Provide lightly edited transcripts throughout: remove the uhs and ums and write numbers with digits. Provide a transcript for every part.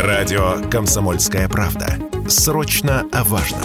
Радио «Комсомольская правда». Срочно о важном.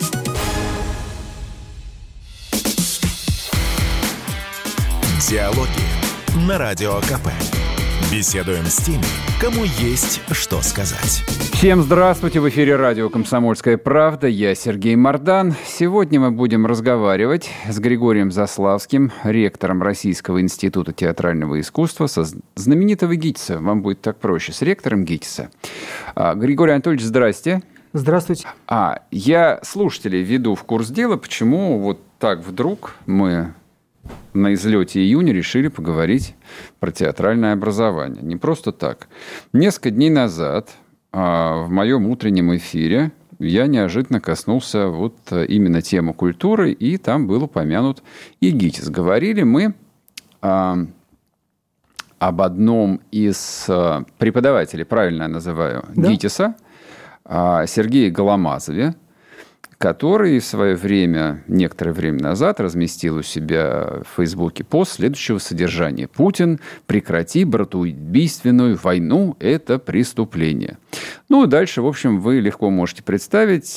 Диалоги на Радио КП. Беседуем с теми, кому есть что сказать. Всем здравствуйте! В эфире радио «Комсомольская правда». Я Сергей Мордан. Сегодня мы будем разговаривать с Григорием Заславским, ректором Российского института театрального искусства, со знаменитого ГИТИСа. Вам будет так проще, с ректором ГИТИСа. Григорий Анатольевич, здрасте. Здравствуйте. Я слушателей веду в курс дела, почему вот так вдруг мы на излете июня решили поговорить про театральное образование. Не просто так. Несколько дней назад в моем утреннем эфире я неожиданно коснулся вот именно темы культуры, и там был упомянут и ГИТИС. Говорили мы об одном из преподавателей, правильно я называю, да? ГИТИСа, Сергее Голомазове, который в свое время, некоторое время назад, разместил у себя в Фейсбуке пост следующего содержания. «Путин, прекрати братоубийственную войну, это преступление». Ну, дальше, в общем, вы легко можете представить,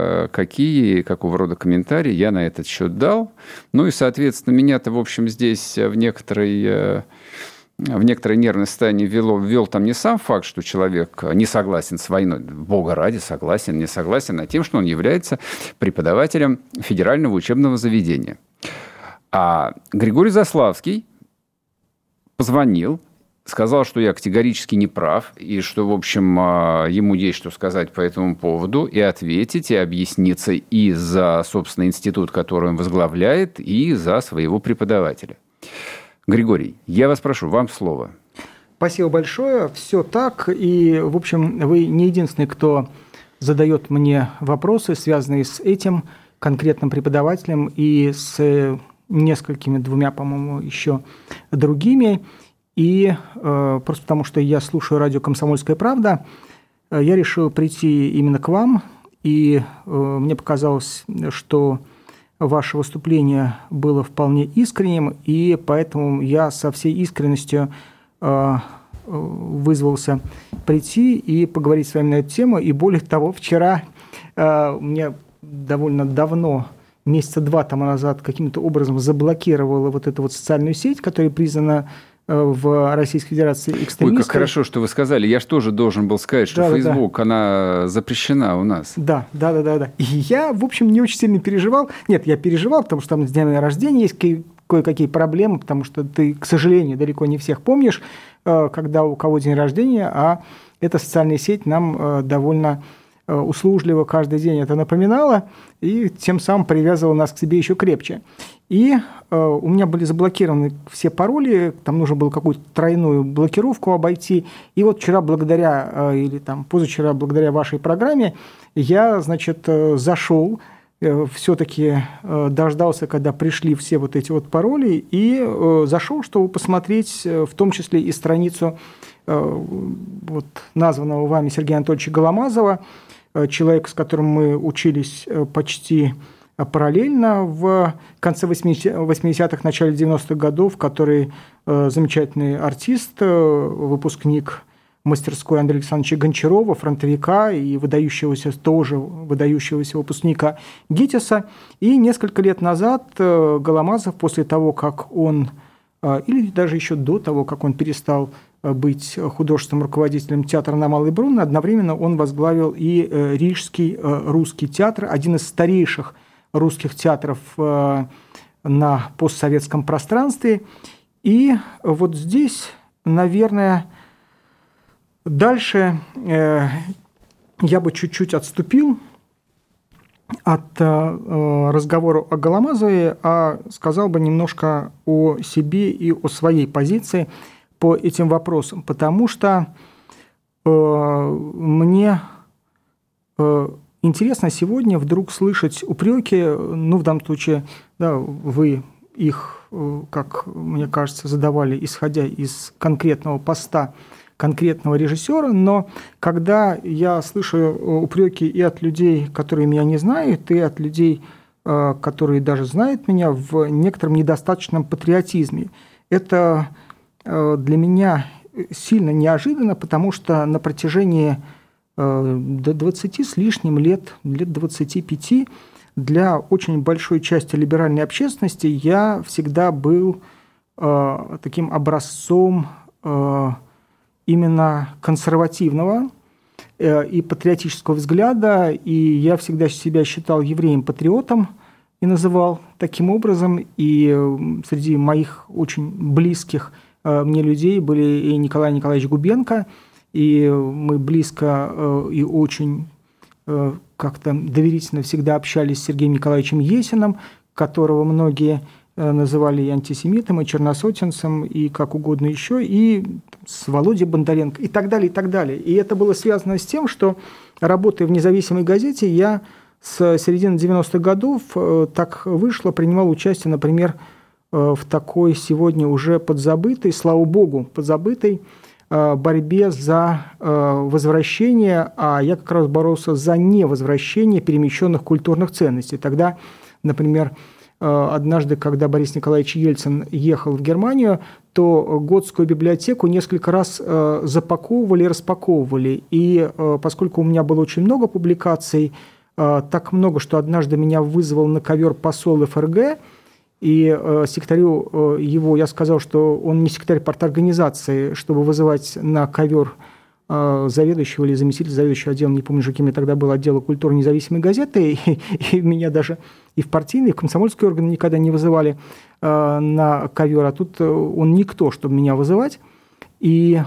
какого рода комментарии я на этот счет дал. Ну, и, соответственно, меня-то, в общем, здесь в некоторой нервное состояние ввел там не сам факт, что человек не согласен с войной, бога ради, согласен, не согласен, а тем, что он является преподавателем федерального учебного заведения. А Григорий Заславский позвонил, сказал, что я категорически не прав, и что, в общем, ему есть что сказать по этому поводу, и ответить, и объясниться и за, собственно, институт, который он возглавляет, и за своего преподавателя. Григорий, я вас прошу, вам слово. Спасибо большое. Все так. И, в общем, вы не единственный, кто задает мне вопросы, связанные с этим конкретным преподавателем и с несколькими, двумя, по-моему, еще другими. И просто потому, что я слушаю радио «Комсомольская правда», я решил прийти именно к вам. И мне показалось, что ваше выступление было вполне искренним, и поэтому я со всей искренностью вызвался прийти и поговорить с вами на эту тему. И более того, вчера мне довольно давно, месяца два тому назад, каким-то образом заблокировала вот эту вот социальную сеть, которая признана в Российской Федерации экстремистской. Ой, как хорошо, что вы сказали. Я же тоже должен был сказать, что Facebook, она запрещена у нас. Да. И я, в общем, не очень сильно переживал. Нет, я переживал, потому что там с днями рождения есть кое-какие проблемы, потому что ты, к сожалению, далеко не всех помнишь, когда у кого день рождения, а эта социальная сеть нам довольно услужливо каждый день это напоминала и тем самым привязывала нас к себе еще крепче. И у меня были заблокированы все пароли, там нужно было какую-то тройную блокировку обойти. И вот вчера позавчера благодаря вашей программе я, зашел, все-таки дождался, когда пришли все вот эти вот пароли, и зашел, чтобы посмотреть в том числе и страницу вот названного вами Сергея Анатольевича Голомазова, человека, с которым мы учились почти параллельно в конце 80-х, начале 90-х годов, который замечательный артист, выпускник мастерской Андрея Александровича Гончарова, фронтовика и выдающегося выпускника ГИТИСа. И несколько лет назад Голомазов, после того, как он, или даже еще до того, как он перестал быть художественным руководителем театра на Малой Бронной, одновременно он возглавил и Рижский русский театр, один из старейших русских театров на постсоветском пространстве. И вот здесь, наверное, дальше я бы чуть-чуть отступил от разговора о Голомазове, а сказал бы немножко о себе и о своей позиции по этим вопросам, потому что мне интересно сегодня вдруг слышать упреки, в данном случае, да, вы их, как мне кажется, задавали, исходя из конкретного поста конкретного режиссера, но когда я слышу упреки и от людей, которые меня не знают, и от людей, которые даже знают меня, в некотором недостаточном патриотизме, это для меня сильно неожиданно, потому что на протяжении до 20 с лишним лет 25, для очень большой части либеральной общественности я всегда был таким образцом именно консервативного и патриотического взгляда, и я всегда себя считал евреем-патриотом и называл таким образом, и среди моих очень близких мне людей были и Николай Николаевич Губенко, и мы близко и очень как-то доверительно всегда общались с Сергеем Николаевичем Есиным, которого многие называли и антисемитом, и черносотенцем, и как угодно еще, и с Володей Бондаренко, и так далее, и так далее. И это было связано с тем, что, работая в независимой газете, я с середины 90-х годов так вышло, принимал участие, например, в такой сегодня уже подзабытой, слава богу, подзабытой борьбе за возвращение, а я как раз боролся за невозвращение перемещенных культурных ценностей. Тогда, например, однажды, когда Борис Николаевич Ельцин ехал в Германию, то Готскую библиотеку несколько раз запаковывали и распаковывали. И поскольку у меня было очень много публикаций, так много, что однажды меня вызвал на ковер посол ФРГ, и секретарю его я сказал, что он не секретарь парторганизации, чтобы вызывать на ковер заведующего или заместителя заведующего отделом, не помню, каким я тогда был, отдела культуры независимой газеты, и меня даже и в партийные, и в комсомольские органы никогда не вызывали на ковер, а тут он никто, чтобы меня вызывать. И,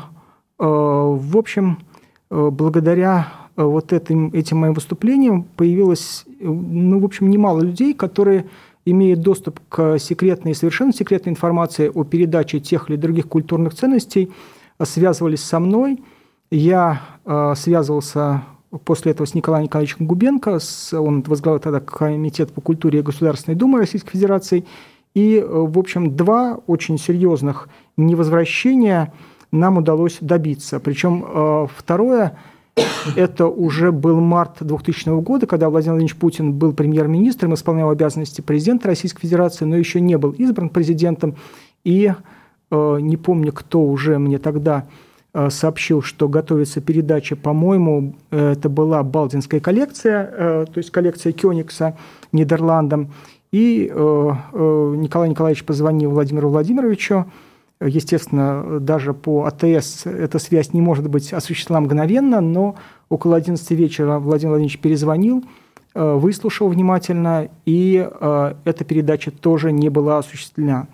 в общем, благодаря вот этим моим выступлениям появилось, ну, в общем, немало людей, которые имеют доступ к секретной и совершенно секретной информации о передаче тех или других культурных ценностей, связывались со мной. Я связывался после этого с Николаем Николаевичем Губенко, он возглавлял тогда Комитет по культуре Государственной Думы Российской Федерации, и, в общем, 2 очень серьезных невозвращения нам удалось добиться. Причем второе, это уже был март 2000 года, когда Владимир Владимирович Путин был премьер-министром, исполнял обязанности президента Российской Федерации, но еще не был избран президентом. И не помню, кто уже мне тогда сообщил, что готовится передача, по-моему, это была Балдинская коллекция, то есть коллекция Кёнигса Нидерландам. И Николай Николаевич позвонил Владимиру Владимировичу. Естественно, даже по АТС эта связь не может быть осуществлена мгновенно, но около 11 вечера Владимир Владимирович перезвонил, выслушал внимательно, и эта передача тоже не была осуществлена.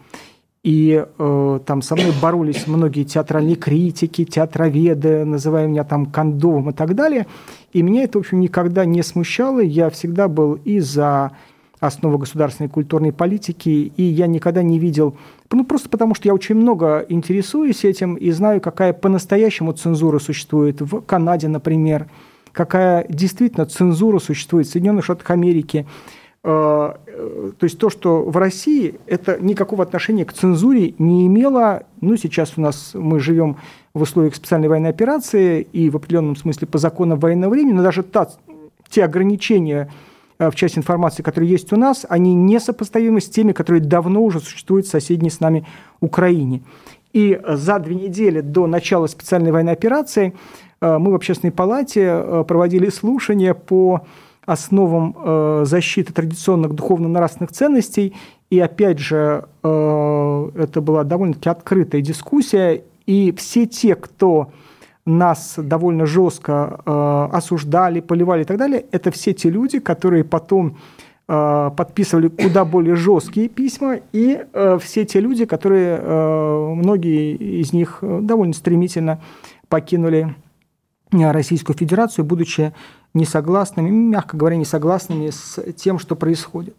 И там со мной боролись многие театральные критики, театроведы, называя меня там кондовым и так далее. И меня это, в общем, никогда не смущало. Я всегда был и за основы государственной культурной политики, и я никогда не видел, ну, просто потому что я очень много интересуюсь этим и знаю, какая по-настоящему цензура существует в Канаде, например, какая действительно цензура существует в Соединенных Штатах Америки. То есть то, что в России, это никакого отношения к цензуре не имело. Ну, сейчас у нас мы живем в условиях специальной военной операции и в определенном смысле по законам военного времени, но даже те ограничения в части информации, которые есть у нас, они несопоставимы с теми, которые давно уже существуют в соседней с нами Украине. И за 2 недели до начала специальной военной операции мы в Общественной палате проводили слушания по основам защиты традиционных духовно-нравственных ценностей. И опять же, это была довольно-таки открытая дискуссия. И все те, кто нас довольно жестко осуждали, поливали и так далее, это все те люди, которые потом подписывали куда более жесткие письма, и все те люди, которые, многие из них довольно стремительно покинули Российскую Федерацию, будучи несогласными, мягко говоря, несогласными с тем, что происходит.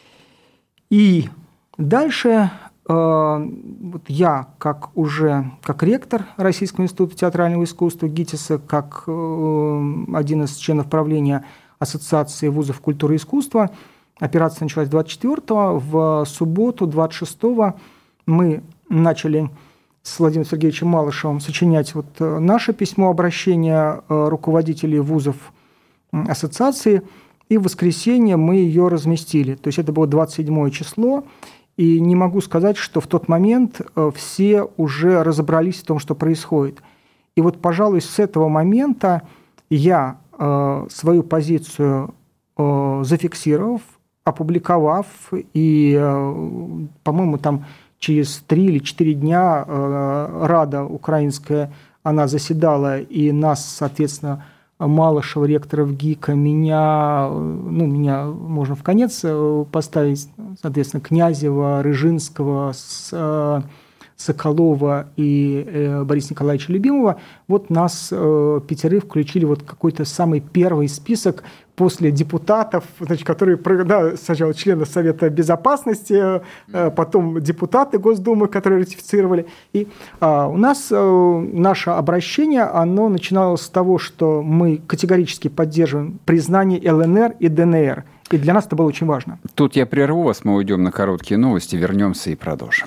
И дальше вот я, как ректор Российского института театрального искусства ГИТИСа, как один из членов правления Ассоциации вузов культуры и искусства, операция началась 24-го, в субботу 26-го мы начали с Владимиром Сергеевичем Малышевым сочинять вот наше письмо обращения руководителей вузов ассоциации, и в воскресенье мы ее разместили. То есть это было 27 число, и не могу сказать, что в тот момент все уже разобрались в том, что происходит. И вот, пожалуй, с этого момента я свою позицию зафиксировав, опубликовав, и, по-моему, там через 3 или 4 дня Рада украинская, она заседала, и нас, соответственно, Малышева, ректоров ГИКа, меня можно в конец поставить, соответственно, Князева, Рыжинского, Соколова и Бориса Николаевича Любимова, вот нас 5 включили вот какой-то самый первый список после депутатов, значит, которые, сначала члены Совета Безопасности, потом депутаты Госдумы, которые ратифицировали. И у нас наше обращение, оно начиналось с того, что мы категорически поддерживаем признание ЛНР и ДНР. И для нас это было очень важно. Тут я прерву вас, мы уйдем на короткие новости, вернемся и продолжим.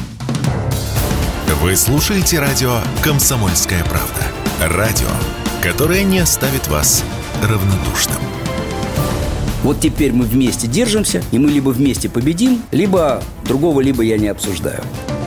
Вы слушаете радио «Комсомольская правда». Радио, которое не оставит вас равнодушным. Вот теперь мы вместе держимся, и мы либо вместе победим, либо другого, либо я не обсуждаю.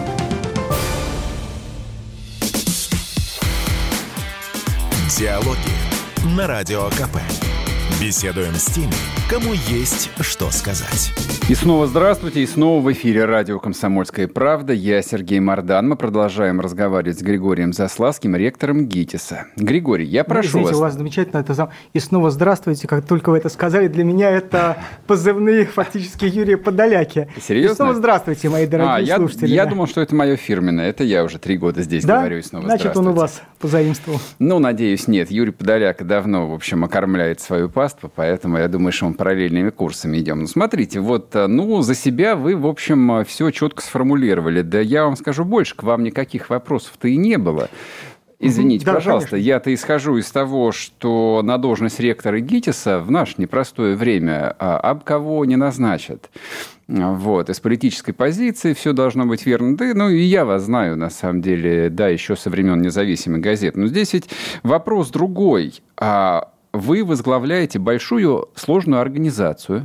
Диалоги на Радио КП. Беседуем с теми, кому есть что сказать. И снова здравствуйте, и снова в эфире радио «Комсомольская правда». Я Сергей Мордан. Мы продолжаем разговаривать с Григорием Заславским, ректором ГИТИСа. Григорий, я прошу вас... у вас замечательно это... И снова здравствуйте, как только вы это сказали, для меня это позывные фактически Юрия Подоляки. Серьезно? И снова здравствуйте, мои дорогие слушатели. Я думал, что это мое фирменное. Это я уже 3 года здесь говорю, и снова Значит, здравствуйте. он у вас позаимствовал. Надеюсь, нет. Юрий Подоляк давно, в общем, окормляет свою паству, поэтому я думаю, что мы параллельными курсами идем. Смотрите, за себя вы, в общем, все четко сформулировали. Да я вам скажу больше, к вам никаких вопросов-то и не было. Извините, пожалуйста, конечно. Я-то исхожу из того, что на должность ректора ГИТИСа в наше непростое время об кого не назначат. Из политической позиции все должно быть верно. Да, и я вас знаю, на самом деле, еще со времен независимой газеты. Но здесь ведь вопрос другой. Вы возглавляете большую сложную организацию,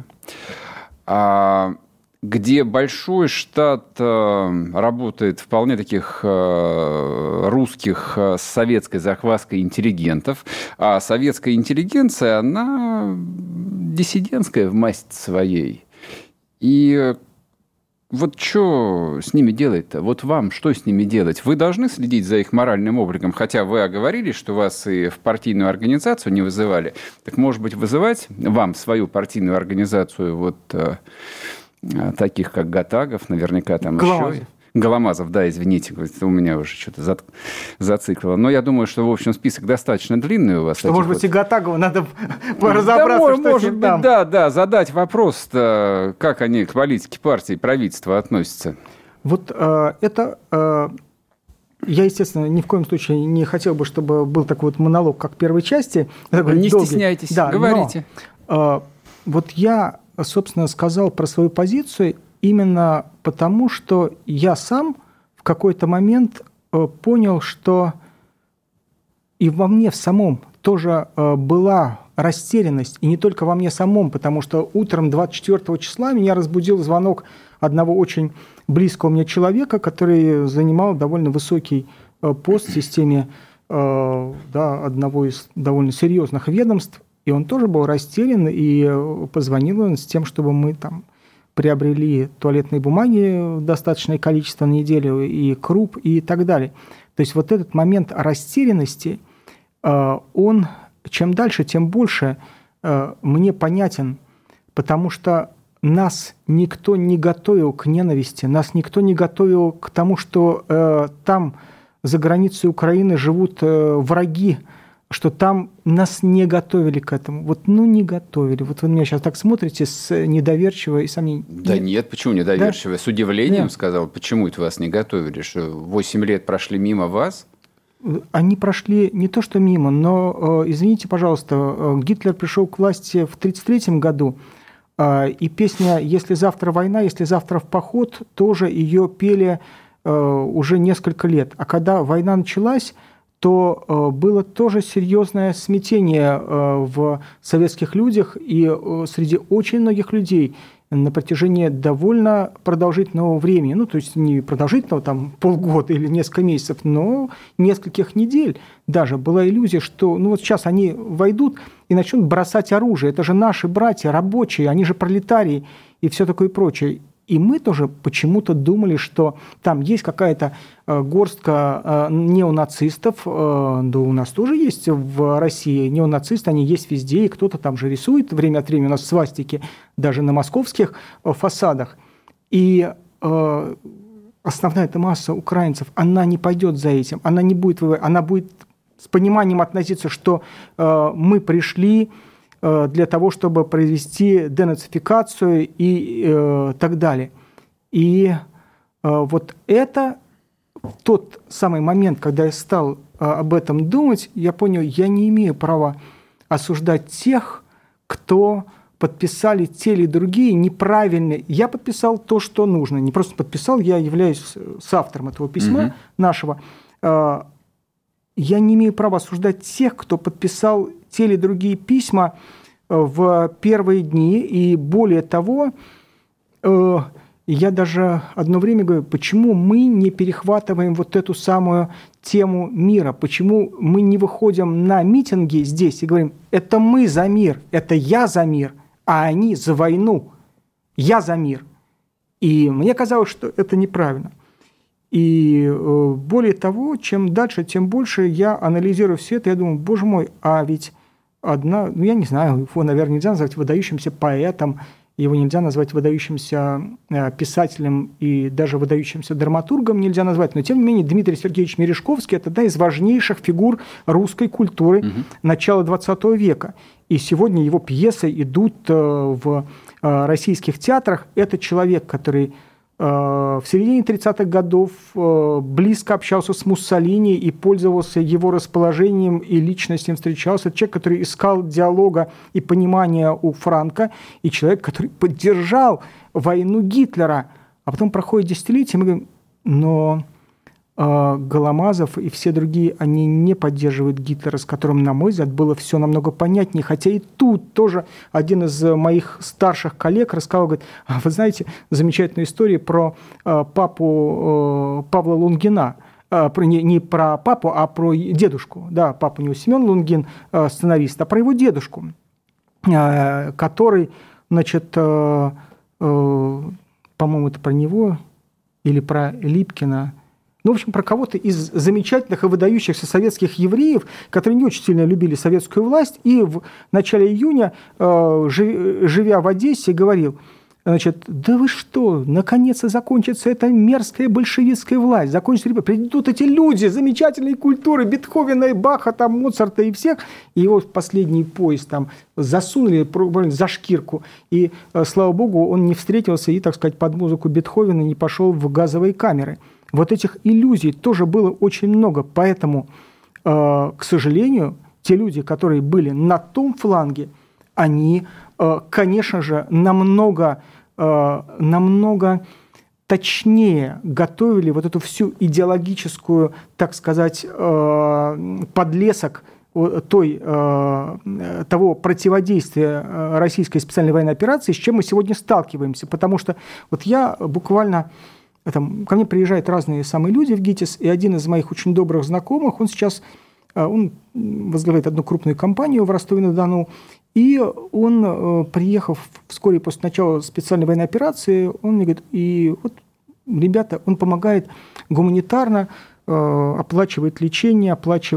где большой штат работает вполне таких русских с советской захваткой интеллигентов. А советская интеллигенция, она диссидентская в масти своей. И что с ними делать-то? Вам что с ними делать? Вы должны следить за их моральным обликом, хотя вы оговорились, что вас и в партийную организацию не вызывали. Так, может быть, вызывать вам свою партийную организацию таких, как Гатагов, наверняка там еще... Голомазов, извините, у меня уже что-то зациклило. Но я думаю, что, в общем, список достаточно длинный у вас. Что, может быть, и Гатагова надо разобраться, что может быть, там. Задать вопрос, как они к политике партии и правительства относятся. Я, естественно, ни в коем случае не хотел бы, чтобы был такой монолог, как в первой части. Не стесняйтесь, говорите. Я, собственно, сказал про свою позицию именно потому, что я сам в какой-то момент понял, что и во мне в самом тоже была растерянность, и не только во мне самом, потому что утром 24 числа меня разбудил звонок одного очень близкого мне человека, который занимал довольно высокий пост в системе одного из довольно серьезных ведомств, и он тоже был растерян, и позвонил он с тем, чтобы мы там приобрели туалетной бумаги достаточное количество на неделю, и круп, и так далее. То есть этот момент растерянности, он чем дальше, тем больше мне понятен, потому что нас никто не готовил к ненависти, нас никто не готовил к тому, что там за границей Украины живут враги, что там нас не готовили к этому. Не готовили. Вы на меня сейчас так смотрите с недоверчиво и сомнением. Да нет, почему недоверчиво? Да? С удивлением сказал, почему это вас не готовили? Что 8 лет прошли мимо вас? Они прошли не то что мимо, но, извините, пожалуйста, Гитлер пришел к власти в 1933 году, и песня «Если завтра война, если завтра в поход» тоже ее пели уже несколько лет. А когда война началась, то было тоже серьезное смятение в советских людях и среди очень многих людей. на протяжении довольно продолжительного времени, ну, то есть не продолжительного, там, полгода или несколько месяцев, но нескольких недель даже была иллюзия, что, ну, вот сейчас они войдут и начнут бросать оружие. Это же наши братья, рабочие, они же пролетарии и все такое прочее. И мы тоже почему-то думали, что там есть какая-то горстка неонацистов, да у нас тоже есть в России неонацисты, они есть везде, и кто-то там же рисует время от времени у нас свастики, даже на московских фасадах. И основная эта масса украинцев, она не пойдет за этим, она не будет воевать, она будет с пониманием относиться, что мы пришли для того, чтобы провести денацификацию и так далее. И вот это тот самый момент, когда я стал об этом думать, я понял, я не имею права осуждать тех, кто подписали те или другие неправильные. Я подписал то, что нужно. Не просто подписал, я являюсь соавтором этого письма нашего. Я не имею права осуждать тех, кто подписал те или другие письма в первые дни. И более того, я даже одно время говорю, почему мы не перехватываем вот эту самую тему мира, почему мы не выходим на митинги здесь и говорим, это мы за мир, это я за мир, а они за войну, я за мир. И мне казалось, что это неправильно. И более того, чем дальше, тем больше я анализирую все это, я думаю, боже мой, а ведь одна, ну я не знаю, его, наверное, нельзя назвать выдающимся поэтом, его нельзя назвать выдающимся писателем и даже выдающимся драматургом нельзя назвать, но тем не менее Дмитрий Сергеевич Мережковский – это одна из важнейших фигур русской культуры начала XX века. И сегодня его пьесы идут в российских театрах. Это человек, который в середине 30-х годов близко общался с Муссолини и пользовался его расположением и лично с ним встречался. Человек, который искал диалога и понимания у Франка, и человек, который поддержал войну Гитлера. А потом проходит десятилетие, мы говорим, но Голомазов и все другие, они не поддерживают Гитлера, с которым, на мой взгляд, было все намного понятнее. Хотя и тут тоже один из моих старших коллег рассказал, говорит, вы знаете, замечательную историю про папу Павла Лунгина. Не про папу, а про дедушку. Да, папа у него Семен Лунгин, сценарист, а про его дедушку, который, значит, по-моему, это про него или про Липкина, ну, в общем, про кого-то из замечательных и выдающихся советских евреев, которые не очень сильно любили советскую власть, и в начале июня, живя в Одессе, говорил, значит, да вы что, наконец-то закончится эта мерзкая большевистская власть, закончится, придут эти люди замечательной культуры, Бетховена и Баха, там, Моцарта и всех, и его в последний поезд там засунули за шкирку, и, слава богу, он не встретился и, так сказать, под музыку Бетховена не пошел в газовые камеры. Вот этих иллюзий тоже было очень много, поэтому, к сожалению, те люди, которые были на том фланге, они, конечно же, намного точнее готовили вот эту всю идеологическую, так сказать, подлесок того противодействия российской специальной военной операции, с чем мы сегодня сталкиваемся. Потому что вот я буквально... ко мне приезжают разные самые люди в ГИТИС, и один из моих очень добрых знакомых, он сейчас возглавляет одну крупную компанию в Ростове-на-Дону, и он, приехав вскоре после начала специальной военной операции, он мне говорит, и вот, ребята, он помогает гуманитарно, оплачивает лечение,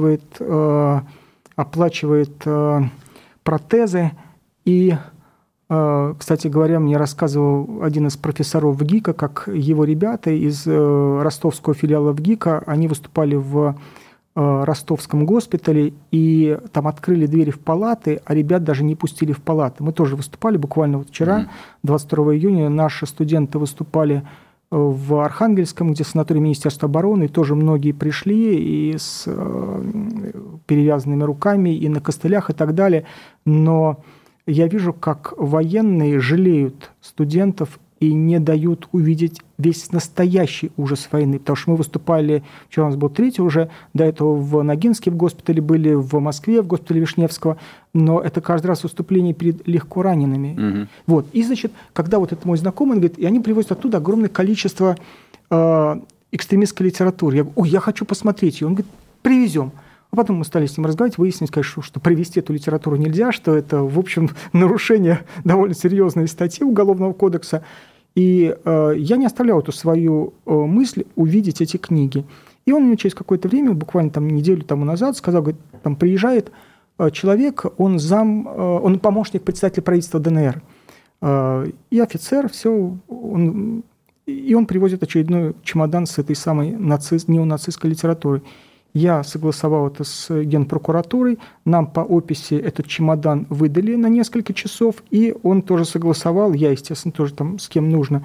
оплачивает протезы, и... Кстати говоря, мне рассказывал один из профессоров ВГИКа, как его ребята из ростовского филиала ВГИКа, они выступали в ростовском госпитале, и там открыли двери в палаты, а ребят даже не пустили в палаты. Мы тоже выступали буквально вот вчера, 22 июня, наши студенты выступали в Архангельском, где санаторий Министерства обороны, и тоже многие пришли и с перевязанными руками, и на костылях, и так далее, но... Я вижу, как военные жалеют студентов и не дают увидеть весь настоящий ужас войны. Потому что мы выступали, вчера у нас был 3-й уже, до этого в Ногинске в госпитале были, в Москве в госпитале Вишневского, но это каждый раз выступление перед легко ранеными. Вот. И, значит, когда вот это мой знакомый, он говорит, и они привозят оттуда огромное количество экстремистской литературы. Я говорю, ой, я хочу посмотреть ее. Он говорит, привезем. А потом мы стали с ним разговаривать, выяснить, конечно, что привезти эту литературу нельзя, что это, в общем, нарушение довольно серьезной статьи Уголовного кодекса. И я не оставлял эту свою мысль увидеть эти книги. И он мне через какое-то время, буквально там неделю тому назад, сказал, говорит, там приезжает человек, он помощник председателя правительства ДНР. И офицер, все, он привозит очередной чемодан с этой самой неонацистской литературой. Я согласовал это с Генпрокуратурой, нам по описи этот чемодан выдали на несколько часов, и он тоже согласовал, я, естественно, тоже там с кем нужно,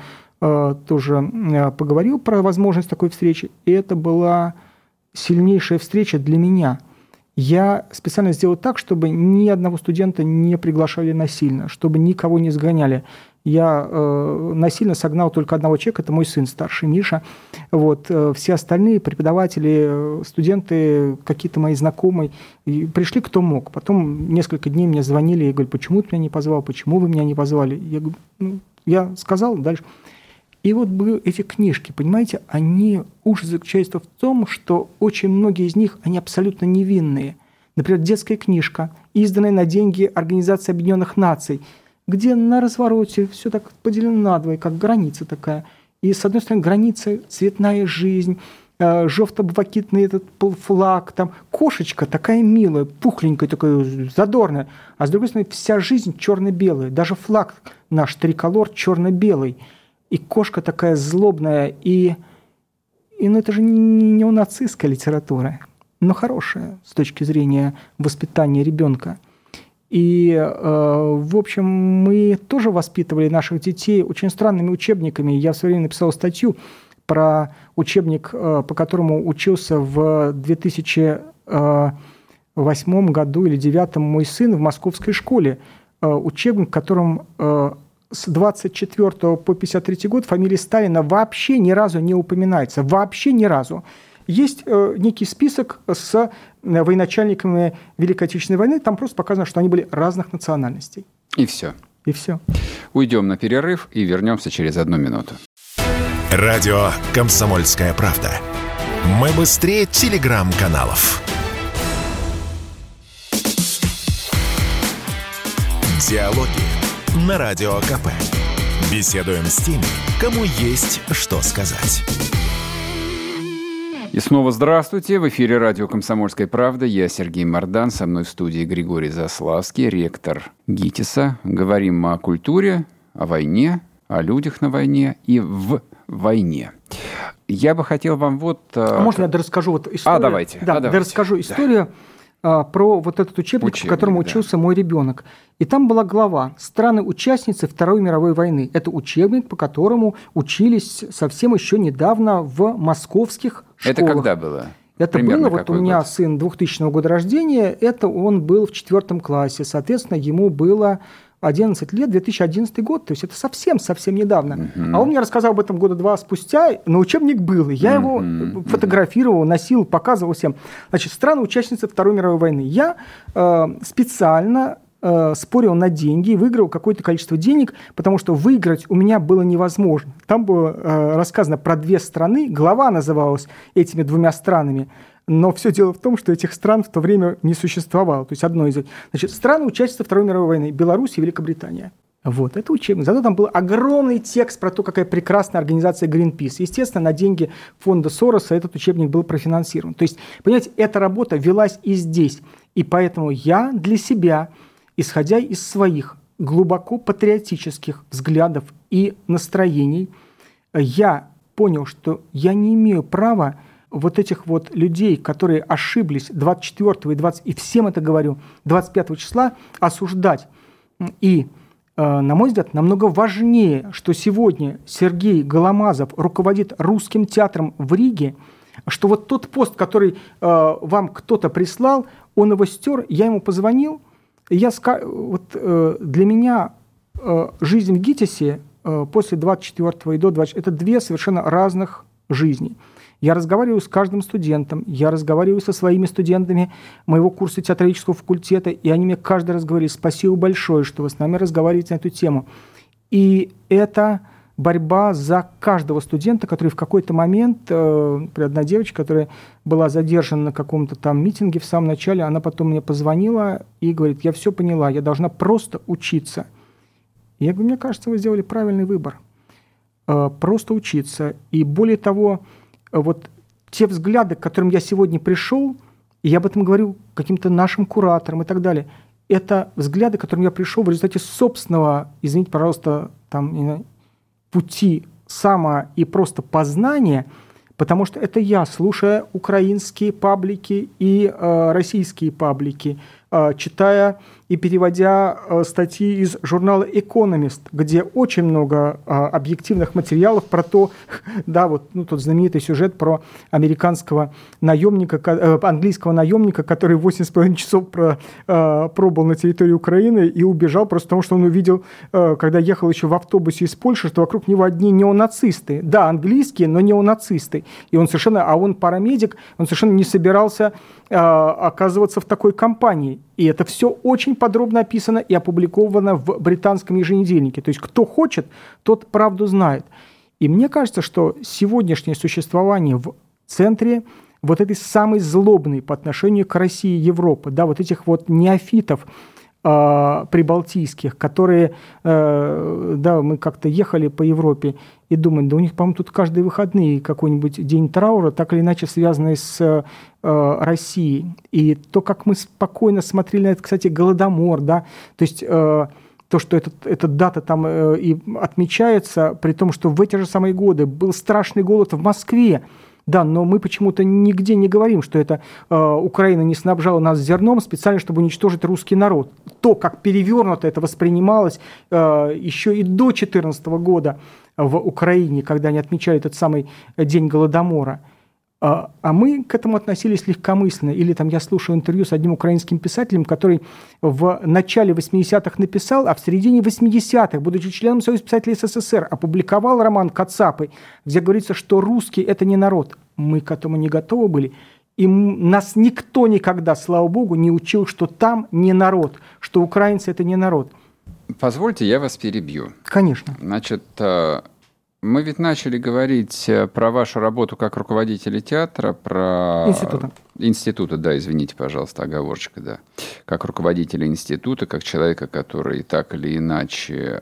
тоже поговорил про возможность такой встречи, и это была сильнейшая встреча для меня. Я специально сделал так, чтобы ни одного студента не приглашали насильно, чтобы никого не сгоняли. Я насильно согнал только одного человека, это мой сын старший, Миша. Вот. Все остальные преподаватели, студенты, какие-то мои знакомые, пришли кто мог. Потом несколько дней мне звонили и говорят, почему ты меня не позвал, почему вы меня не позвали. Я говорю, я сказал дальше. И вот эти книжки, понимаете, ужас заключается в том, что очень многие из них, они абсолютно невинные. Например, детская книжка, изданная на деньги Организации Объединенных Наций, где на развороте все так поделено надвое, как граница такая. И, с одной стороны, граница, цветная жизнь, жовто-блакитный этот флаг, там кошечка такая милая, пухленькая, такая задорная, а с другой стороны, вся жизнь черно-белая, даже флаг наш триколор черно-белый, и кошка такая злобная, и это же не неонацистская литература, но хорошая с точки зрения воспитания ребенка. И, в общем, мы тоже воспитывали наших детей очень странными учебниками. Я в свое время написал статью про учебник, по которому учился в 2008 году или 2009 мой сын в московской школе. Учебник, в котором с 24 по 53 год фамилия Сталина вообще ни разу не упоминается. Вообще ни разу. Есть некий список с военачальниками Великой Отечественной войны. Там просто показано, что они были разных национальностей. И все. И все. Уйдем на перерыв и вернемся через 1 минуту. Радио «Комсомольская правда». Мы быстрее телеграм-каналов. Диалоги на Радио КП. Беседуем с теми, кому есть что сказать. И снова здравствуйте. В эфире радио «Комсомольская правда». Я Сергей Мордан. Со мной в студии Григорий Заславский, ректор ГИТИСа. Говорим о культуре, о войне, о людях на войне и в войне. Я бы хотел вам можно я расскажу историю? Давайте. Давайте. Расскажу историю про вот этот учебник, по которому учился мой ребенок. И там была глава «Страны-участницы Второй мировой войны». Это учебник, по которому учились совсем еще недавно в московских школах. Это когда было? Это примерно было, у меня год? Сын 2000 года рождения, это он был в 4 классе, соответственно, ему было 11 лет, 2011 год, то есть это совсем недавно. А он мне рассказал об этом 2 года спустя, но учебник был, и я его фотографировал, носил, показывал всем. Значит, страны-участницы Второй мировой войны. Я специально спорил на деньги, выиграл какое-то количество денег, потому что выиграть у меня было невозможно. Там было рассказано про 2 страны, глава называлась этими 2 странами, но все дело в том, что этих стран в то время не существовало. То есть одно из... Значит, страны-участницы Второй мировой войны. Беларусь и Великобритания. Вот, это учебник. Зато там был огромный текст про то, какая прекрасная организация Greenpeace. Естественно, на деньги фонда Сороса этот учебник был профинансирован. То есть, понимаете, эта работа велась и здесь. И поэтому я для себя, исходя из своих глубоко патриотических взглядов и настроений, я понял, что я не имею права вот этих вот людей, которые ошиблись 24 и всем это говорю, 25 числа осуждать. И, на мой взгляд, намного важнее, что сегодня Сергей Голомазов руководит Русским театром в Риге, что вот тот пост, который вам кто-то прислал, он его стер, я ему позвонил, для меня жизнь в ГИТИСе после 24-го и до 24-го. Это две совершенно разных жизни. Я разговариваю с каждым студентом, я разговариваю со своими студентами моего курса театралического факультета, и они мне каждый раз говорили: спасибо большое, что вы с нами разговариваете на эту тему. И это борьба за каждого студента, который в какой-то момент, например, одна девочка, которая была задержана на каком-то там митинге в самом начале, она потом мне позвонила и говорит: я все поняла, я должна просто учиться. И я говорю: мне кажется, вы сделали правильный выбор. Просто учиться. И более того, вот те взгляды, к которым я сегодня пришел, и я об этом говорю каким-то нашим кураторам и так далее, это взгляды, к которым я пришел в результате собственного, извините, пожалуйста, там, пути и просто познания, потому что это я, слушая украинские паблики и российские паблики, читая и переводя статьи из журнала «Экономист», где очень много объективных материалов про то, да, вот тот знаменитый сюжет про американского наемника, английского наемника, который 8,5 часов пробыл на территории Украины и убежал просто потому, что он увидел, когда ехал еще в автобусе из Польши, что вокруг него одни неонацисты. Да, английские, но неонацисты. И он он парамедик, он совершенно не собирался оказываться в такой компании. И это все очень подробно описано и опубликовано в британском еженедельнике. То есть кто хочет, тот правду знает. И мне кажется, что сегодняшнее существование в центре вот этой самой злобной по отношению к России Европы, да, вот этих вот неофитов прибалтийских, которые, да, мы как-то ехали по Европе и думали: да у них, по-моему, тут каждые выходные какой-нибудь день траура, так или иначе связанный с Россией. И то, как мы спокойно смотрели на это, кстати, Голодомор, да, то есть то, что эта дата там и отмечается, при том, что в эти же самые годы был страшный голод в Москве. Да, но мы почему-то нигде не говорим, что это Украина не снабжала нас зерном специально, чтобы уничтожить русский народ. То, как перевернуто это воспринималось еще и до 2014 года в Украине, когда они отмечали этот самый день Голодомора. А мы к этому относились легкомысленно. Или там я слушал интервью с одним украинским писателем, который в начале 80-х написал, а в середине 80-х, будучи членом Союза писателей СССР, опубликовал роман «Кацапы», где говорится, что русские – это не народ. Мы к этому не готовы были. И нас никто никогда, слава богу, не учил, что там не народ, что украинцы – это не народ. Позвольте, я вас перебью. Конечно. Значит, мы ведь начали говорить про вашу работу как руководителя театра, про... Института, да, извините, пожалуйста, оговорочка, да. Как руководителя института, как человека, который так или иначе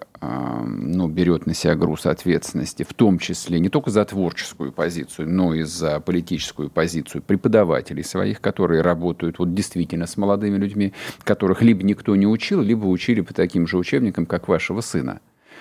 берет на себя груз ответственности, в том числе не только за творческую позицию, но и за политическую позицию преподавателей своих, которые работают вот действительно с молодыми людьми, которых либо никто не учил, либо учили по таким же учебникам, как вашего сына.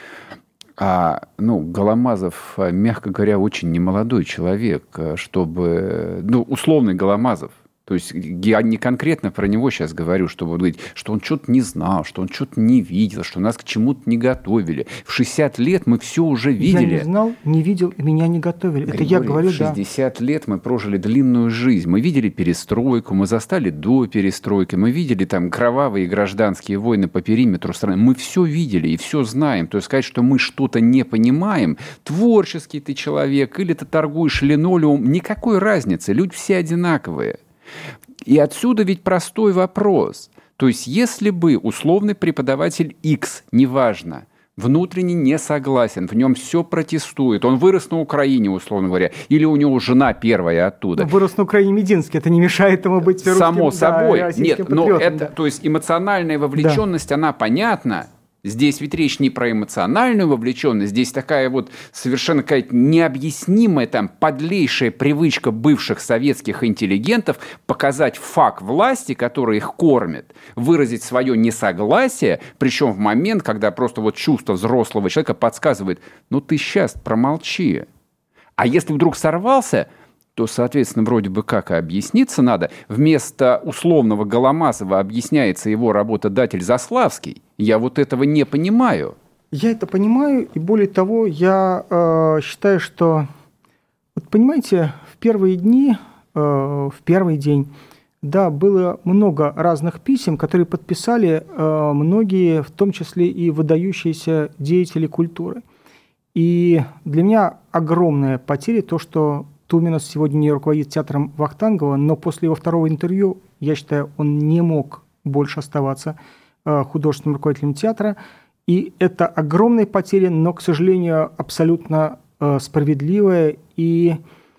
Голомазов, мягко говоря, очень немолодой человек, чтобы... условный Голомазов. То есть я не конкретно про него сейчас говорю, чтобы говорить, что он что-то не знал, что он что-то не видел, что нас к чему-то не готовили. В 60 лет мы все уже видели. Я не знал, не видел, и меня не готовили. Григорий, это я говорю, в 60 лет мы прожили длинную жизнь. Мы видели перестройку, мы застали до перестройки, мы видели там кровавые гражданские войны по периметру страны. Мы все видели и все знаем. То есть сказать, что мы что-то не понимаем, творческий ты человек или ты торгуешь линолеум, никакой разницы. Люди все одинаковые. И отсюда ведь простой вопрос. То есть, если бы условный преподаватель X, неважно, внутренне не согласен, в нем все протестует, он вырос на Украине, условно говоря, или у него жена первая оттуда. Вырос на Украине Мединский, это не мешает ему быть русским, само собой. Нет, патриотом, но это, то есть эмоциональная вовлеченность, она понятна. Здесь ведь речь не про эмоциональную вовлеченность, здесь такая вот совершенно какая-то необъяснимая, там, подлейшая привычка бывших советских интеллигентов показать факт власти, который их кормит, выразить свое несогласие, причем в момент, когда просто вот чувство взрослого человека подсказывает: ты сейчас промолчи. А если вдруг сорвался, то, соответственно, вроде бы как и объясниться надо. Вместо условного Голомазова объясняется его работодатель Заславский. Я вот этого не понимаю. Я это понимаю, и более того, я считаю, что, вот понимаете, в первые дни, в первый день, да, было много разных писем, которые подписали многие, в том числе и выдающиеся деятели культуры. И для меня огромная потеря то, что Туминас сегодня не руководит театром Вахтангова, но после его второго интервью, я считаю, он не мог больше оставаться художественным руководителем театра. И это огромная потеря, но, к сожалению, абсолютно справедливая и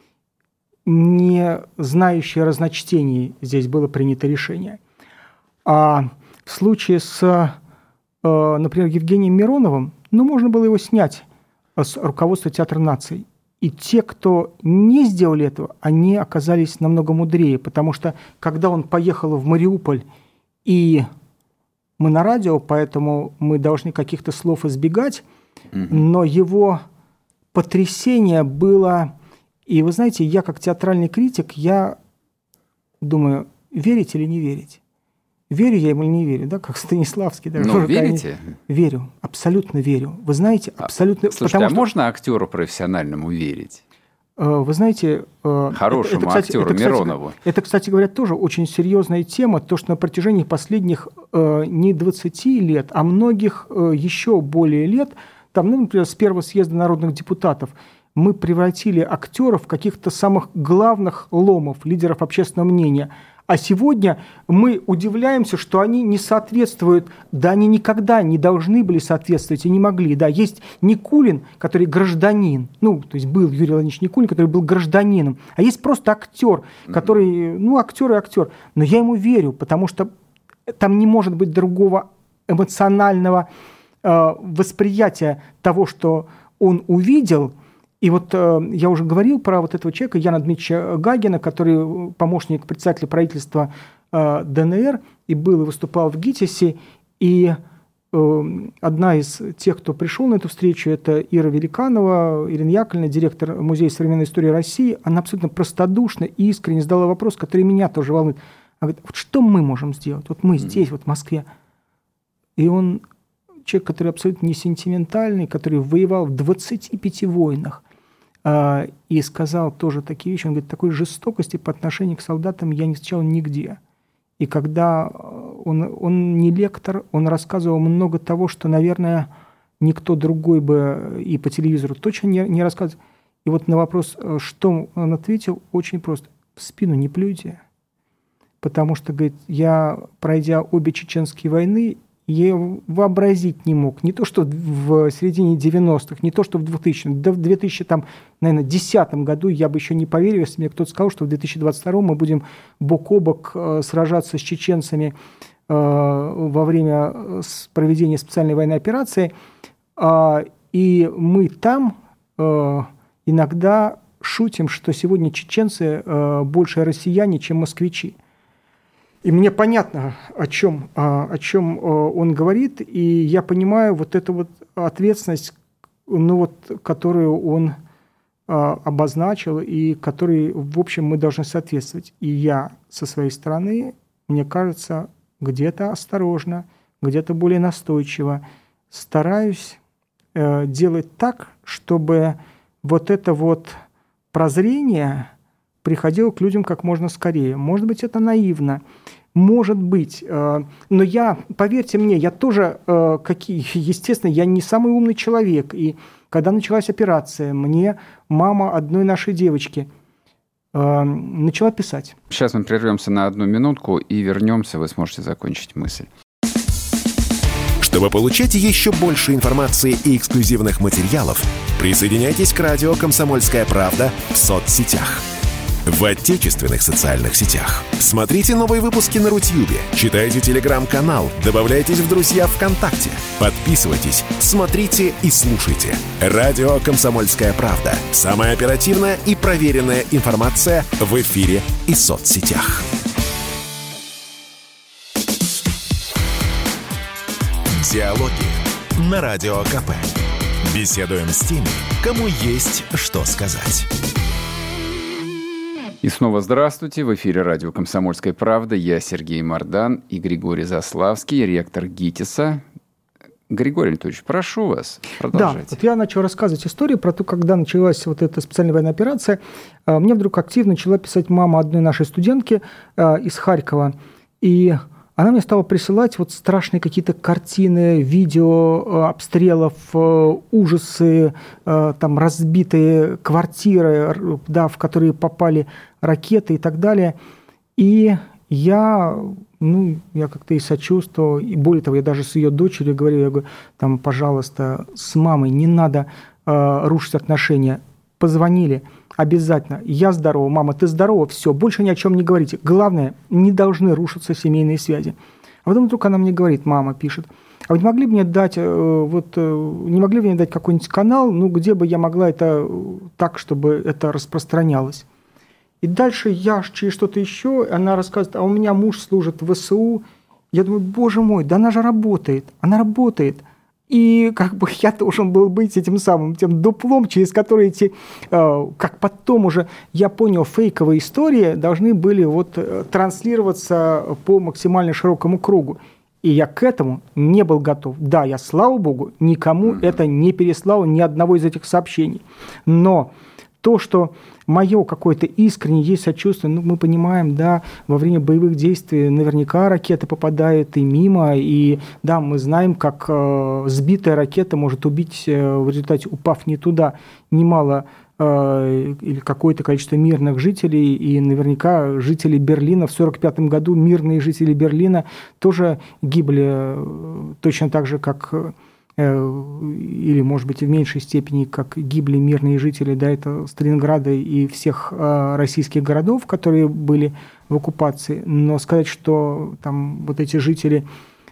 не знающая разночтений здесь было принято решение. А в случае с, например, Евгением Мироновым, можно было его снять с руководства Театра наций. И те, кто не сделали этого, они оказались намного мудрее, потому что когда он поехал в Мариуполь, и мы на радио, поэтому мы должны каких-то слов избегать, но его потрясение было... И вы знаете, я как театральный критик, я думаю, верить или не верить? Верю я ему или не верю, да, как Станиславский. Да, верите? Верю, абсолютно верю. Вы знаете, абсолютно... Слушайте, можно актеру профессиональному верить? Вы знаете... Хорошему актеру Миронову. Это, кстати говоря, тоже очень серьезная тема, то, что на протяжении последних не 20 лет, а многих еще более лет, там, например, с первого съезда народных депутатов, мы превратили актеров в каких-то самых главных ломов, лидеров общественного мнения. А сегодня мы удивляемся, что они не соответствуют, да они никогда не должны были соответствовать и не могли. Да, есть Никулин, который гражданин, то есть был Юрий Владимирович Никулин, который был гражданином, а есть просто актер, который, актер и актер. Но я ему верю, потому что там не может быть другого эмоционального восприятия того, что он увидел. И вот я уже говорил про вот этого человека, Яна Дмитриевича Гагина, который помощник председателя правительства ДНР, и был и выступал в ГИТИСе. И одна из тех, кто пришел на эту встречу, это Ира Великанова, Ирина Яковлевна, директор Музея современной истории России. Она абсолютно простодушно и искренне задала вопрос, который меня тоже волнует. Она говорит, вот что мы можем сделать? Вот мы здесь, вот в Москве. И он человек, который абсолютно не сентиментальный, который воевал в 25 войнах. И сказал тоже такие вещи. Он говорит, такой жестокости по отношению к солдатам я не встречал нигде. И когда он не лектор, он рассказывал много того, что, наверное, никто другой бы и по телевизору точно не рассказывал. И вот на вопрос, что он ответил, очень просто. В спину не плюйте. Потому что, говорит, я, пройдя обе чеченские войны, я вообразить не мог. Не то, что в середине 90-х, не то, что в 2000-х. Да в 2010 году я бы еще не поверил, если мне кто-то сказал, что в 2022 мы будем бок о бок сражаться с чеченцами во время проведения специальной военной операции. И мы там иногда шутим, что сегодня чеченцы больше россияне, чем москвичи. И мне понятно, о чем он говорит, и я понимаю вот эту вот ответственность, которую он обозначил, и которой, в общем, мы должны соответствовать. И я со своей стороны, мне кажется, где-то осторожно, где-то более настойчиво стараюсь делать так, чтобы вот это вот прозрение приходило к людям как можно скорее. Может быть, это наивно, может быть. Но я, поверьте мне, я тоже, естественно, я не самый умный человек. И когда началась операция, мне мама одной нашей девочки начала писать. Сейчас мы прервемся на 1 минутку и вернемся, вы сможете закончить мысль. Чтобы получать еще больше информации и эксклюзивных материалов, присоединяйтесь к радио «Комсомольская правда» в соцсетях. В отечественных социальных сетях. Смотрите новые выпуски на Рутьюбе, читайте телеграм-канал, добавляйтесь в друзья ВКонтакте, подписывайтесь, смотрите и слушайте. Радио «Комсомольская правда». Самая оперативная и проверенная информация в эфире и соцсетях. Диалоги на Радио КП. Беседуем с теми, кому есть что сказать. И снова здравствуйте. В эфире радио «Комсомольская правда». Я Сергей Мардан и Григорий Заславский, ректор ГИТИСа. Григорий Анатольевич, прошу вас, продолжайте. Да, вот я начал рассказывать историю про то, когда началась вот эта специальная военная операция. Мне вдруг активно начала писать мама одной нашей студентки из Харькова. И она мне стала присылать вот страшные какие-то картины, видео обстрелов, ужасы, там разбитые квартиры, да, в которые попали ракеты и так далее. И я как-то и сочувствовал, и более того, я даже с ее дочерью говорю, там, пожалуйста, с мамой не надо рушить отношения. Позвонили. Обязательно. Я здорова, мама, ты здорова, все, больше ни о чем не говорите. Главное, не должны рушиться семейные связи. А потом вдруг она мне говорит, мама пишет, а вы не могли бы мне дать, какой-нибудь канал, где бы я могла это так, чтобы это распространялось. И дальше я через что-то еще, она рассказывает, а у меня муж служит в ВСУ. Я думаю, боже мой, да она же работает, она работает. И как бы я должен был быть этим тем дуплом, через который как потом уже я понял, фейковые истории должны были транслироваться по максимально широкому кругу. И я к этому не был готов. Да, я, слава богу, никому это не переслал, ни одного из этих сообщений. Но то, что мое какое-то искреннее есть сочувствие, мы понимаем, да, во время боевых действий наверняка ракеты попадают и мимо, и да, мы знаем, как сбитая ракета может убить, в результате упав не туда, немало или какое-то количество мирных жителей, и наверняка жители Берлина в 1945 году, мирные жители Берлина тоже гибли точно так же, как или, может быть, в меньшей степени, как гибли мирные жители, да, это Сталинграда и всех российских городов, которые были в оккупации. Но сказать, что там вот эти жители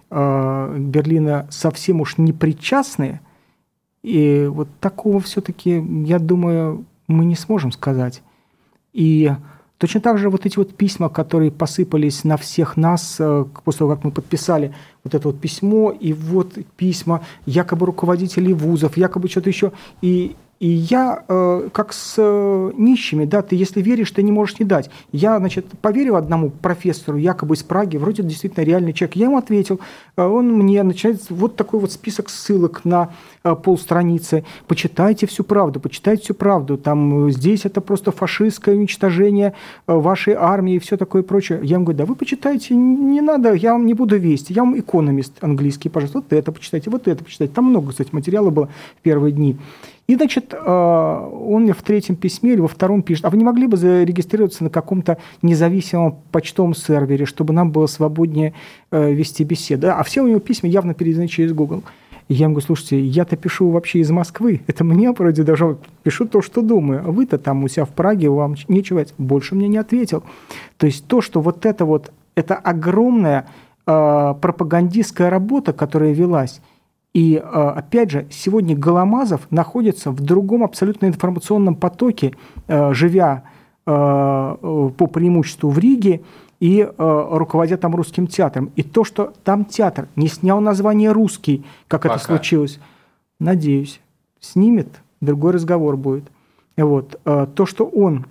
Берлина совсем уж не причастны, и вот такого все-таки, я думаю, мы не сможем сказать. И точно так же вот эти вот письма, которые посыпались на всех нас после того, как мы подписали вот это вот письмо, и вот письма якобы руководителей вузов, якобы что-то еще. И я, как с нищими, да, ты если веришь, ты не можешь не дать. Я, значит, поверил одному профессору, якобы из Праги, вроде действительно реальный человек. Я ему ответил, он мне начинает вот такой вот список ссылок на полстраницы. Почитайте всю правду. Там здесь это просто фашистское уничтожение вашей армии и все такое прочее. Я ему говорю, да вы почитайте, не надо, я вам не буду вести. Я вам экономист английский, пожалуйста, вот это почитайте. Там много, кстати, материала было в первые дни. И, значит, он мне в третьем письме или во втором пишет, а вы не могли бы зарегистрироваться на каком-то независимом почтовом сервере, чтобы нам было свободнее вести беседы? А все у него письма явно переданы через Google. И я ему говорю, слушайте, я-то пишу вообще из Москвы, это мне вроде даже пишу то, что думаю, а вы-то там у себя в Праге, вам нечего, больше мне не ответил. То есть то, что вот это огромная пропагандистская работа, которая велась. И, опять же, сегодня Голомазов находится в другом абсолютно информационном потоке, живя по преимуществу в Риге и руководя там русским театром. И то, что там театр не снял название «русский», как это случилось, надеюсь, снимет, другой разговор будет. Вот. То, что он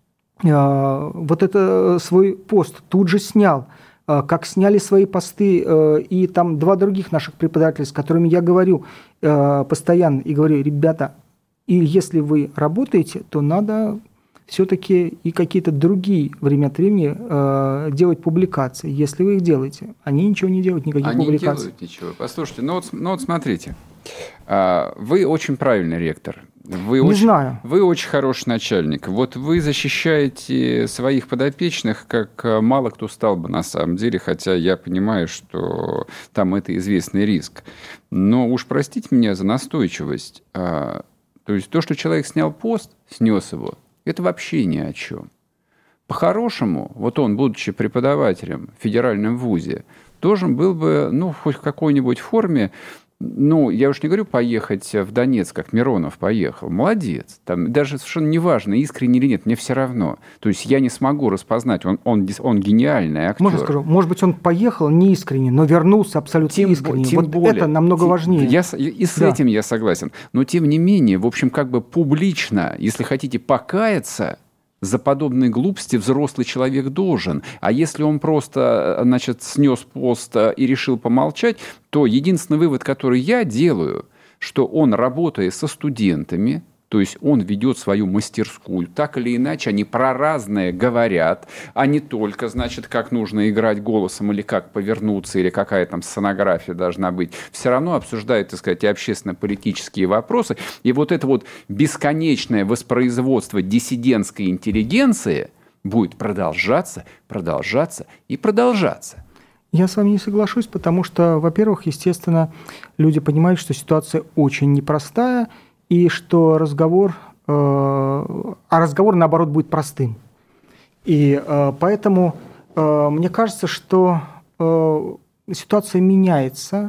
вот это свой пост тут же снял, как сняли свои посты и там два других наших преподавателя, с которыми я говорю постоянно, и говорю, ребята, и если вы работаете, то надо все-таки и какие-то другие время от времени делать публикации. Если вы их делаете, они ничего не делают, никаких публикаций. Они делают ничего. Послушайте, ну вот смотрите, вы очень правильный ректор. Вы очень хороший начальник. Вот вы защищаете своих подопечных, как мало кто стал бы на самом деле, хотя я понимаю, что там это известный риск. Но уж простите меня за настойчивость. То есть то, что человек снял пост, снес его, это вообще ни о чем. По-хорошему, вот он, будучи преподавателем в федеральном вузе, должен был бы, хоть в какой-нибудь форме, я уж не говорю поехать в Донецк, как Миронов поехал. Молодец. Там даже совершенно неважно, искренне или нет, мне все равно. То есть я не смогу распознать, он гениальный актер. Можно скажу, может быть, он поехал не искренне, но вернулся абсолютно искренне. Тем более, это намного важнее. И с этим я согласен. Но тем не менее, в общем, как бы публично, если хотите покаяться, за подобные глупости взрослый человек должен. А если он просто, снес пост и решил помолчать, то единственный вывод, который я делаю, что он, работая со студентами, То есть он ведет свою мастерскую. Так или иначе, они про разное говорят, а не только, значит, как нужно играть голосом, или как повернуться, или какая там сценография должна быть. Все равно обсуждают, так сказать, и общественно-политические вопросы. И вот это вот бесконечное воспроизводство диссидентской интеллигенции будет продолжаться, продолжаться и продолжаться. Я с вами не соглашусь, потому что, во-первых, естественно, люди понимают, что ситуация очень непростая, и что разговор, наоборот, будет простым. И поэтому мне кажется, что ситуация меняется,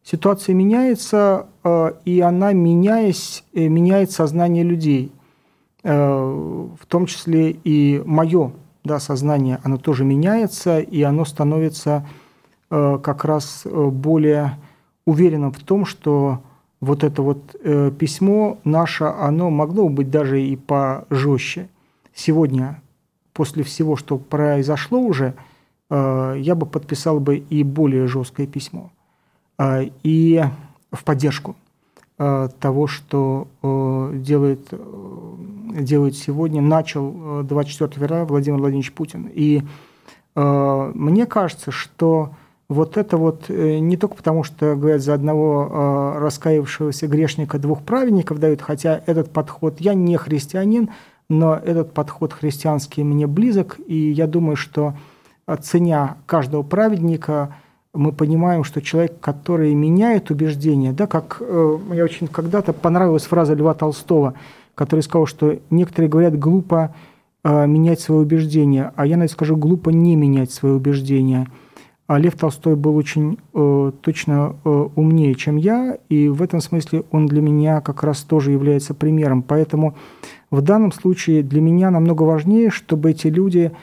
и она, меняет сознание людей. В том числе и мое сознание, оно тоже меняется, и оно становится как раз более уверенным в том, что вот это вот письмо наше, оно могло быть даже и пожестче. Сегодня, после всего, что произошло уже, я бы подписал бы и более жесткое письмо. И в поддержку того, что делает сегодня, начал 24 февраля Владимир Владимирович Путин. И мне кажется, что вот это вот не только потому, что, говорят, за одного раскаявшегося грешника двух праведников дают, хотя этот подход, я не христианин, но этот подход христианский мне близок, и я думаю, что, ценя каждого праведника, мы понимаем, что человек, который меняет убеждения, да, как мне очень когда-то понравилась фраза Льва Толстого, который сказал, что некоторые говорят, глупо менять свои убеждения, а я, наверное, скажу, глупо не менять свои убеждения. А Лев Толстой был очень точно умнее, чем я, и в этом смысле он для меня как раз тоже является примером. Поэтому в данном случае для меня намного важнее, чтобы эти люди,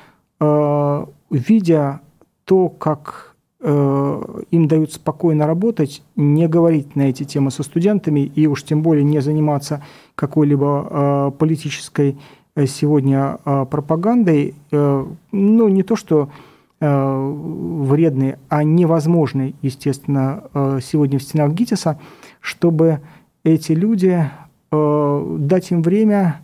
видя то, как им дают спокойно работать, не говорить на эти темы со студентами и уж тем более не заниматься какой-либо политической сегодня пропагандой, не то что вредные, а невозможные, естественно, сегодня в стенах ГИТИСа, чтобы эти люди, дать им время,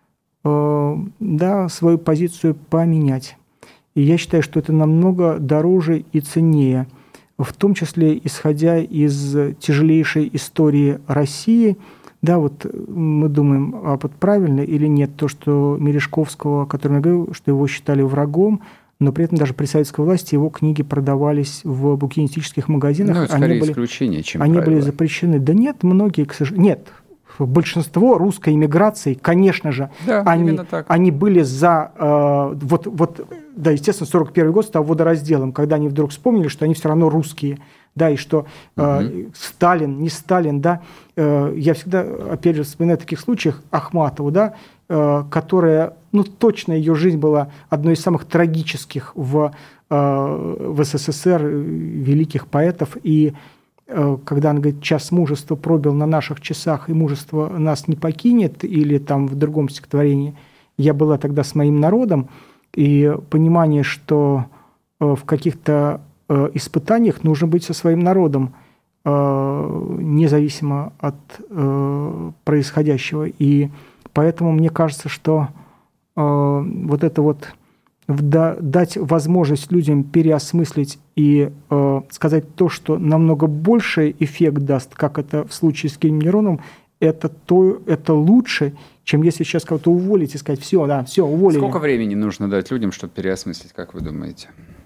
свою позицию поменять. И я считаю, что это намного дороже и ценнее, в том числе исходя из тяжелейшей истории России. Да, вот мы думаем, а вот правильно или нет то, что Мережковского, о котором я говорил, что его считали врагом, но при этом даже при советской власти его книги продавались в букинистических магазинах. Ну, это скорее исключение, чем они правило. Были запрещены. Да нет, многие, к сожалению... Нет, большинство русской эмиграции, конечно же, да, они были за... естественно, 41 год стал водоразделом, когда они вдруг вспомнили, что они все равно русские. Да, и что Сталин, не Сталин, да, я всегда, опять же, вспоминаю в таких случаях Ахматову, да, которая, точно ее жизнь была одной из самых трагических в СССР, великих поэтов, и когда она говорит, час мужества пробил на наших часах, и мужество нас не покинет, или там в другом стихотворении, я была тогда с моим народом, и понимание, что в каких-то испытаниях нужно быть со своим народом, независимо от происходящего. И поэтому мне кажется, что вот это вот дать возможность людям переосмыслить и сказать то, что намного больший эффект даст, как это в случае с Кириллом Нероновым, это лучше, чем если сейчас кого-то уволить и сказать, все, уволили. Сколько времени нужно дать людям, чтобы переосмыслить, как вы думаете?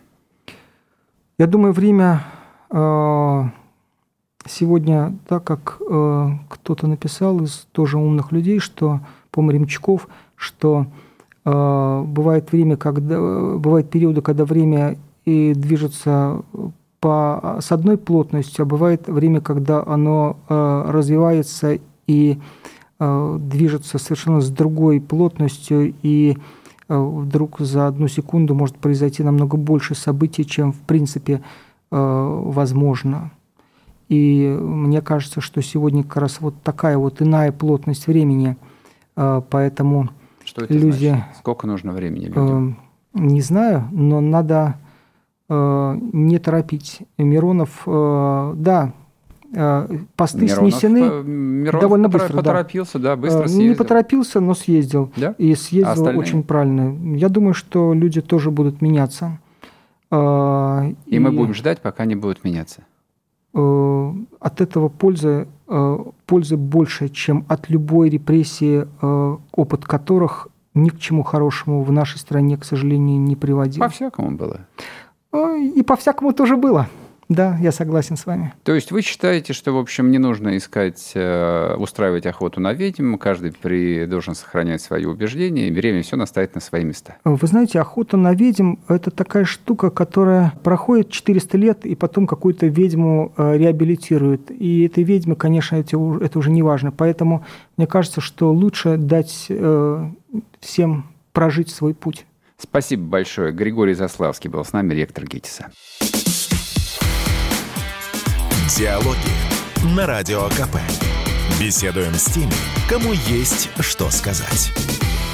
Я думаю, время сегодня, так как кто-то написал из тоже умных людей, что, по-моему, Ремчаков, что бывают периоды, когда время и движется с одной плотностью, а бывает время, когда оно развивается и движется совершенно с другой плотностью, и вдруг за одну секунду может произойти намного больше событий, чем в принципе возможно. И мне кажется, что сегодня как раз вот такая вот иная плотность времени, поэтому что это люди... значит? Сколько нужно времени людям? Не знаю, но надо не торопить. Миронов, да, посты снесены довольно быстро. Поторопился, да, быстро съездил. Не поторопился, но съездил. Да? И съездил очень правильно. Я думаю, что люди тоже будут меняться. И мы будем ждать, пока они будут меняться. От этого пользы больше, чем от любой репрессии, опыт которых ни к чему хорошему в нашей стране, к сожалению, не приводил. По-всякому было. И по-всякому тоже было. Да, я согласен с вами. То есть вы считаете, что, в общем, не нужно устраивать охоту на ведьм, каждый должен сохранять свои убеждения, и время все наставить на свои места? Вы знаете, охота на ведьм – это такая штука, которая проходит 400 лет, и потом какую-то ведьму реабилитирует. И этой ведьме, конечно, это уже не важно. Поэтому мне кажется, что лучше дать всем прожить свой путь. Спасибо большое. Григорий Заславский был с нами, ректор ГИТИСа. Диалоги на Радио КП. Беседуем с теми, кому есть что сказать.